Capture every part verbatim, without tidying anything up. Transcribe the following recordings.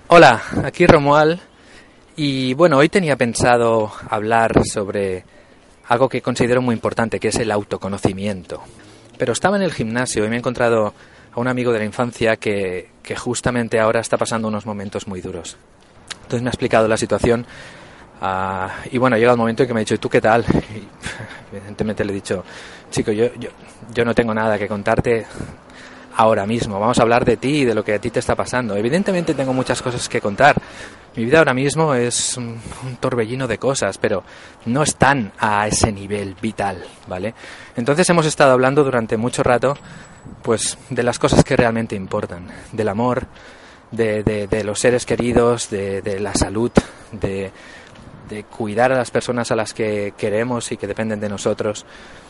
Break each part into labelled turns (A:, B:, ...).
A: Hola, aquí Romuald y bueno, hoy tenía pensado hablar sobre algo que considero muy importante, que es el autoconocimiento. Pero estaba en el gimnasio y me he encontrado a un amigo de la infancia que, que justamente ahora está pasando unos momentos muy duros. Entonces me ha explicado la situación uh, y bueno, llega el momento en que me ha dicho, ¿y tú qué tal? Y evidentemente le he dicho, chico, yo, yo, yo no tengo nada que contarte ahora mismo, vamos a hablar de ti y de lo que a ti te está pasando. Evidentemente tengo muchas cosas que contar. Mi vida ahora mismo es un, un torbellino de cosas, pero no están a ese nivel vital, ¿vale? Entonces hemos estado hablando durante mucho rato, pues, de las cosas que realmente importan, del amor, de, de, de los seres queridos, de, de la salud, de, de cuidar a las personas a las que queremos y que dependen de nosotros.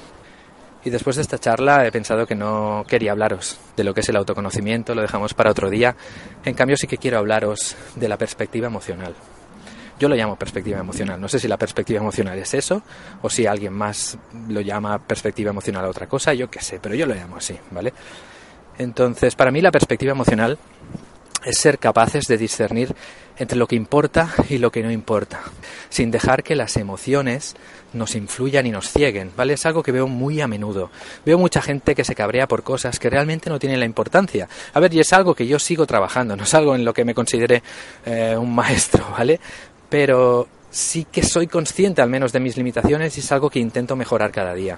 A: Y después de esta charla he pensado que no quería hablaros de lo que es el autoconocimiento, lo dejamos para otro día. En cambio sí que quiero hablaros de la perspectiva emocional. Yo lo llamo perspectiva emocional. No sé si la perspectiva emocional es eso o si alguien más lo llama perspectiva emocional a otra cosa, yo qué sé, pero yo lo llamo así, ¿vale? Entonces, para mí la perspectiva emocional es ser capaces de discernir entre lo que importa y lo que no importa, sin dejar que las emociones nos influyan y nos cieguen, ¿vale? Es algo que veo muy a menudo. Veo mucha gente que se cabrea por cosas que realmente no tienen la importancia. A ver, y es algo que yo sigo trabajando, no es algo en lo que me considere eh, un maestro, ¿vale? Pero sí que soy consciente al menos de mis limitaciones y es algo que intento mejorar cada día.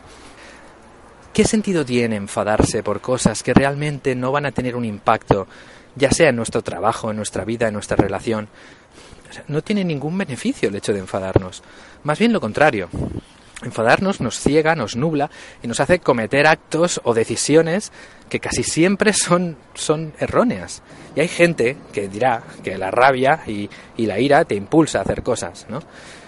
A: ¿Qué sentido tiene enfadarse por cosas que realmente no van a tener un impacto, ya sea en nuestro trabajo, en nuestra vida, en nuestra relación? O sea, no tiene ningún beneficio el hecho de enfadarnos. Más bien lo contrario. Enfadarnos nos ciega, nos nubla y nos hace cometer actos o decisiones que casi siempre son, son erróneas. Y hay gente que dirá que la rabia y, y la ira te impulsa a hacer cosas, ¿no?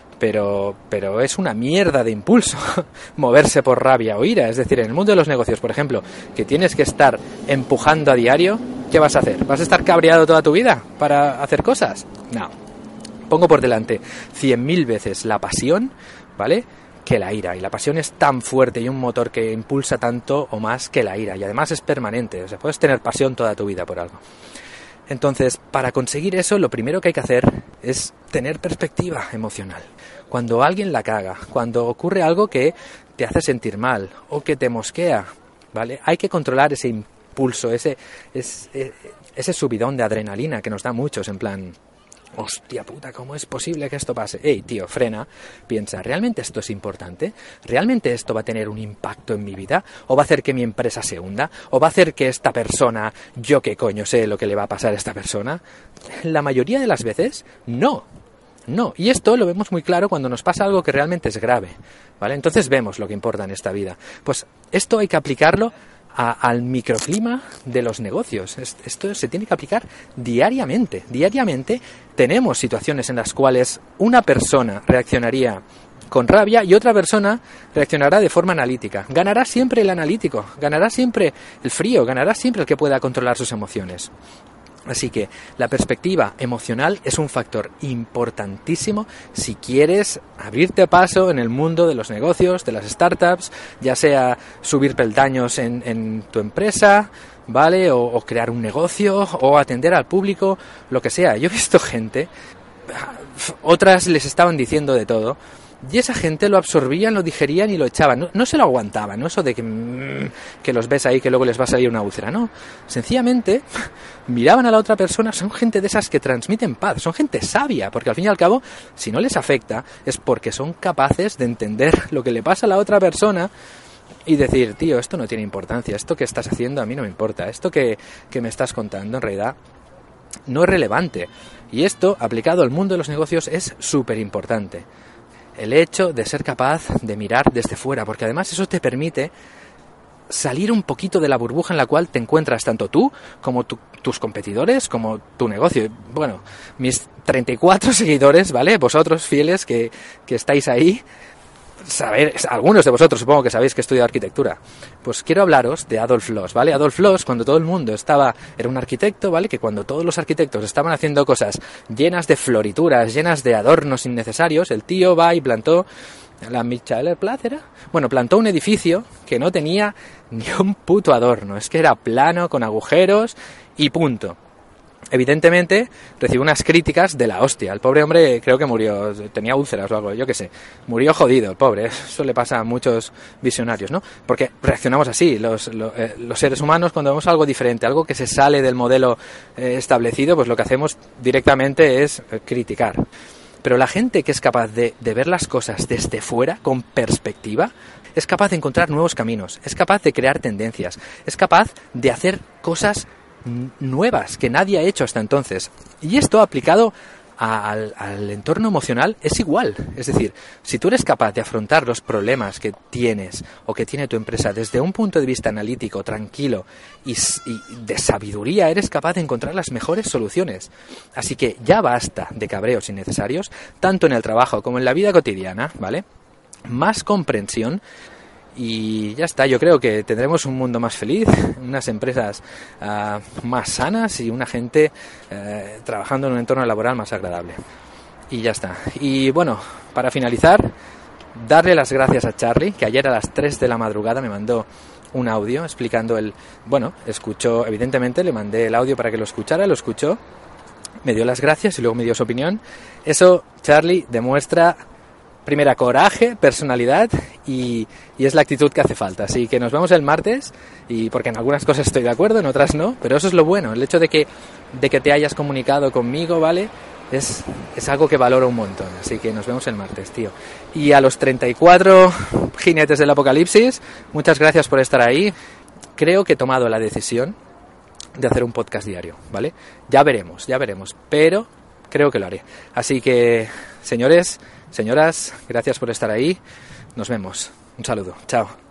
A: Pero, pero es una mierda de impulso moverse por rabia o ira. Es decir, en el mundo de los negocios, por ejemplo, que tienes que estar empujando a diario, ¿qué vas a hacer? ¿Vas a estar cabreado toda tu vida para hacer cosas? No. Pongo por delante cien mil veces la pasión, ¿vale?, que la ira. Y la pasión es tan fuerte y un motor que impulsa tanto o más que la ira. Y además es permanente. O sea, puedes tener pasión toda tu vida por algo. Entonces, para conseguir eso, lo primero que hay que hacer es tener perspectiva emocional. Cuando alguien la caga, cuando ocurre algo que te hace sentir mal o que te mosquea, ¿vale?, hay que controlar ese impulso, ese, ese, ese subidón de adrenalina que nos da muchos, en plan, hostia puta, ¿cómo es posible que esto pase? Ey, tío, frena, piensa, ¿realmente esto es importante? ¿Realmente esto va a tener un impacto en mi vida? ¿O va a hacer que mi empresa se hunda? ¿O va a hacer que esta persona, yo qué coño sé lo que le va a pasar a esta persona? La mayoría de las veces, no. No, y esto lo vemos muy claro cuando nos pasa algo que realmente es grave, ¿vale? Entonces vemos lo que importa en esta vida. Pues esto hay que aplicarlo a, al microclima de los negocios. Esto se tiene que aplicar diariamente. Diariamente tenemos situaciones en las cuales una persona reaccionaría con rabia y otra persona reaccionará de forma analítica. Ganará siempre el analítico, ganará siempre el frío, ganará siempre el que pueda controlar sus emociones. Así que la perspectiva emocional es un factor importantísimo si quieres abrirte paso en el mundo de los negocios, de las startups, ya sea subir peldaños en, en tu empresa, ¿vale? O, o crear un negocio, o atender al público, lo que sea. Yo he visto gente, otras les estaban diciendo de todo, y esa gente lo absorbían, lo digerían y lo echaban. No, no se lo aguantaban, no eso de que, mmm, que los ves ahí que luego les va a salir una úlcera, no. Sencillamente miraban a la otra persona. Son gente de esas que transmiten paz, son gente sabia, porque al fin y al cabo, si no les afecta, es porque son capaces de entender lo que le pasa a la otra persona y decir, tío, esto no tiene importancia, esto que estás haciendo a mí no me importa, esto que, que me estás contando en realidad no es relevante. Y esto, aplicado al mundo de los negocios, es súper importante. El hecho de ser capaz de mirar desde fuera, porque además eso te permite salir un poquito de la burbuja en la cual te encuentras tanto tú como tu, tus competidores, como tu negocio. Bueno, mis treinta y cuatro seguidores, ¿vale? Vosotros fieles que, que estáis ahí, saber, algunos de vosotros supongo que sabéis que estudio arquitectura. Pues quiero hablaros de Adolf Loos, ¿vale? Adolf Loos, cuando todo el mundo estaba, era un arquitecto, ¿vale? Que cuando todos los arquitectos estaban haciendo cosas llenas de florituras, llenas de adornos innecesarios, el tío va y plantó la Michaelerplatz, ¿era? Bueno, plantó un edificio que no tenía ni un puto adorno, es que era plano, con agujeros y punto. Evidentemente recibió unas críticas de la hostia. El pobre hombre creo que murió, tenía úlceras o algo, yo qué sé. Murió jodido, el pobre. Eso le pasa a muchos visionarios, ¿no? Porque reaccionamos así, los, los, eh, los seres humanos, cuando vemos algo diferente, algo que se sale del modelo eh, establecido, pues lo que hacemos directamente es eh, criticar. Pero la gente que es capaz de, de ver las cosas desde fuera, con perspectiva, es capaz de encontrar nuevos caminos, es capaz de crear tendencias, es capaz de hacer cosas nuevas que nadie ha hecho hasta entonces. Y esto aplicado a, al, al entorno emocional es igual. Es decir, si tú eres capaz de afrontar los problemas que tienes o que tiene tu empresa desde un punto de vista analítico, tranquilo y, y de sabiduría, eres capaz de encontrar las mejores soluciones. Así que ya basta de cabreos innecesarios, tanto en el trabajo como en la vida cotidiana, ¿vale? Más comprensión. Y ya está, yo creo que tendremos un mundo más feliz, unas empresas uh, más sanas y una gente uh, trabajando en un entorno laboral más agradable. Y ya está. Y bueno, para finalizar, darle las gracias a Charlie, que ayer a las tres de la madrugada me mandó un audio explicando el... Bueno, escuchó, evidentemente le mandé el audio para que lo escuchara, lo escuchó, me dio las gracias y luego me dio su opinión. Eso, Charlie, demuestra... Primera, coraje, personalidad y, y es la actitud que hace falta. Así que nos vemos el martes, y porque en algunas cosas estoy de acuerdo, en otras no, pero eso es lo bueno, el hecho de que, de que te hayas comunicado conmigo, ¿vale? Es, es algo que valoro un montón, así que nos vemos el martes, tío. Y a los treinta y cuatro jinetes del apocalipsis, muchas gracias por estar ahí. Creo que he tomado la decisión de hacer un podcast diario, ¿vale? Ya veremos, ya veremos, pero creo que lo haré. Así que, señores... Señoras, gracias por estar ahí. Nos vemos. Un saludo. Chao.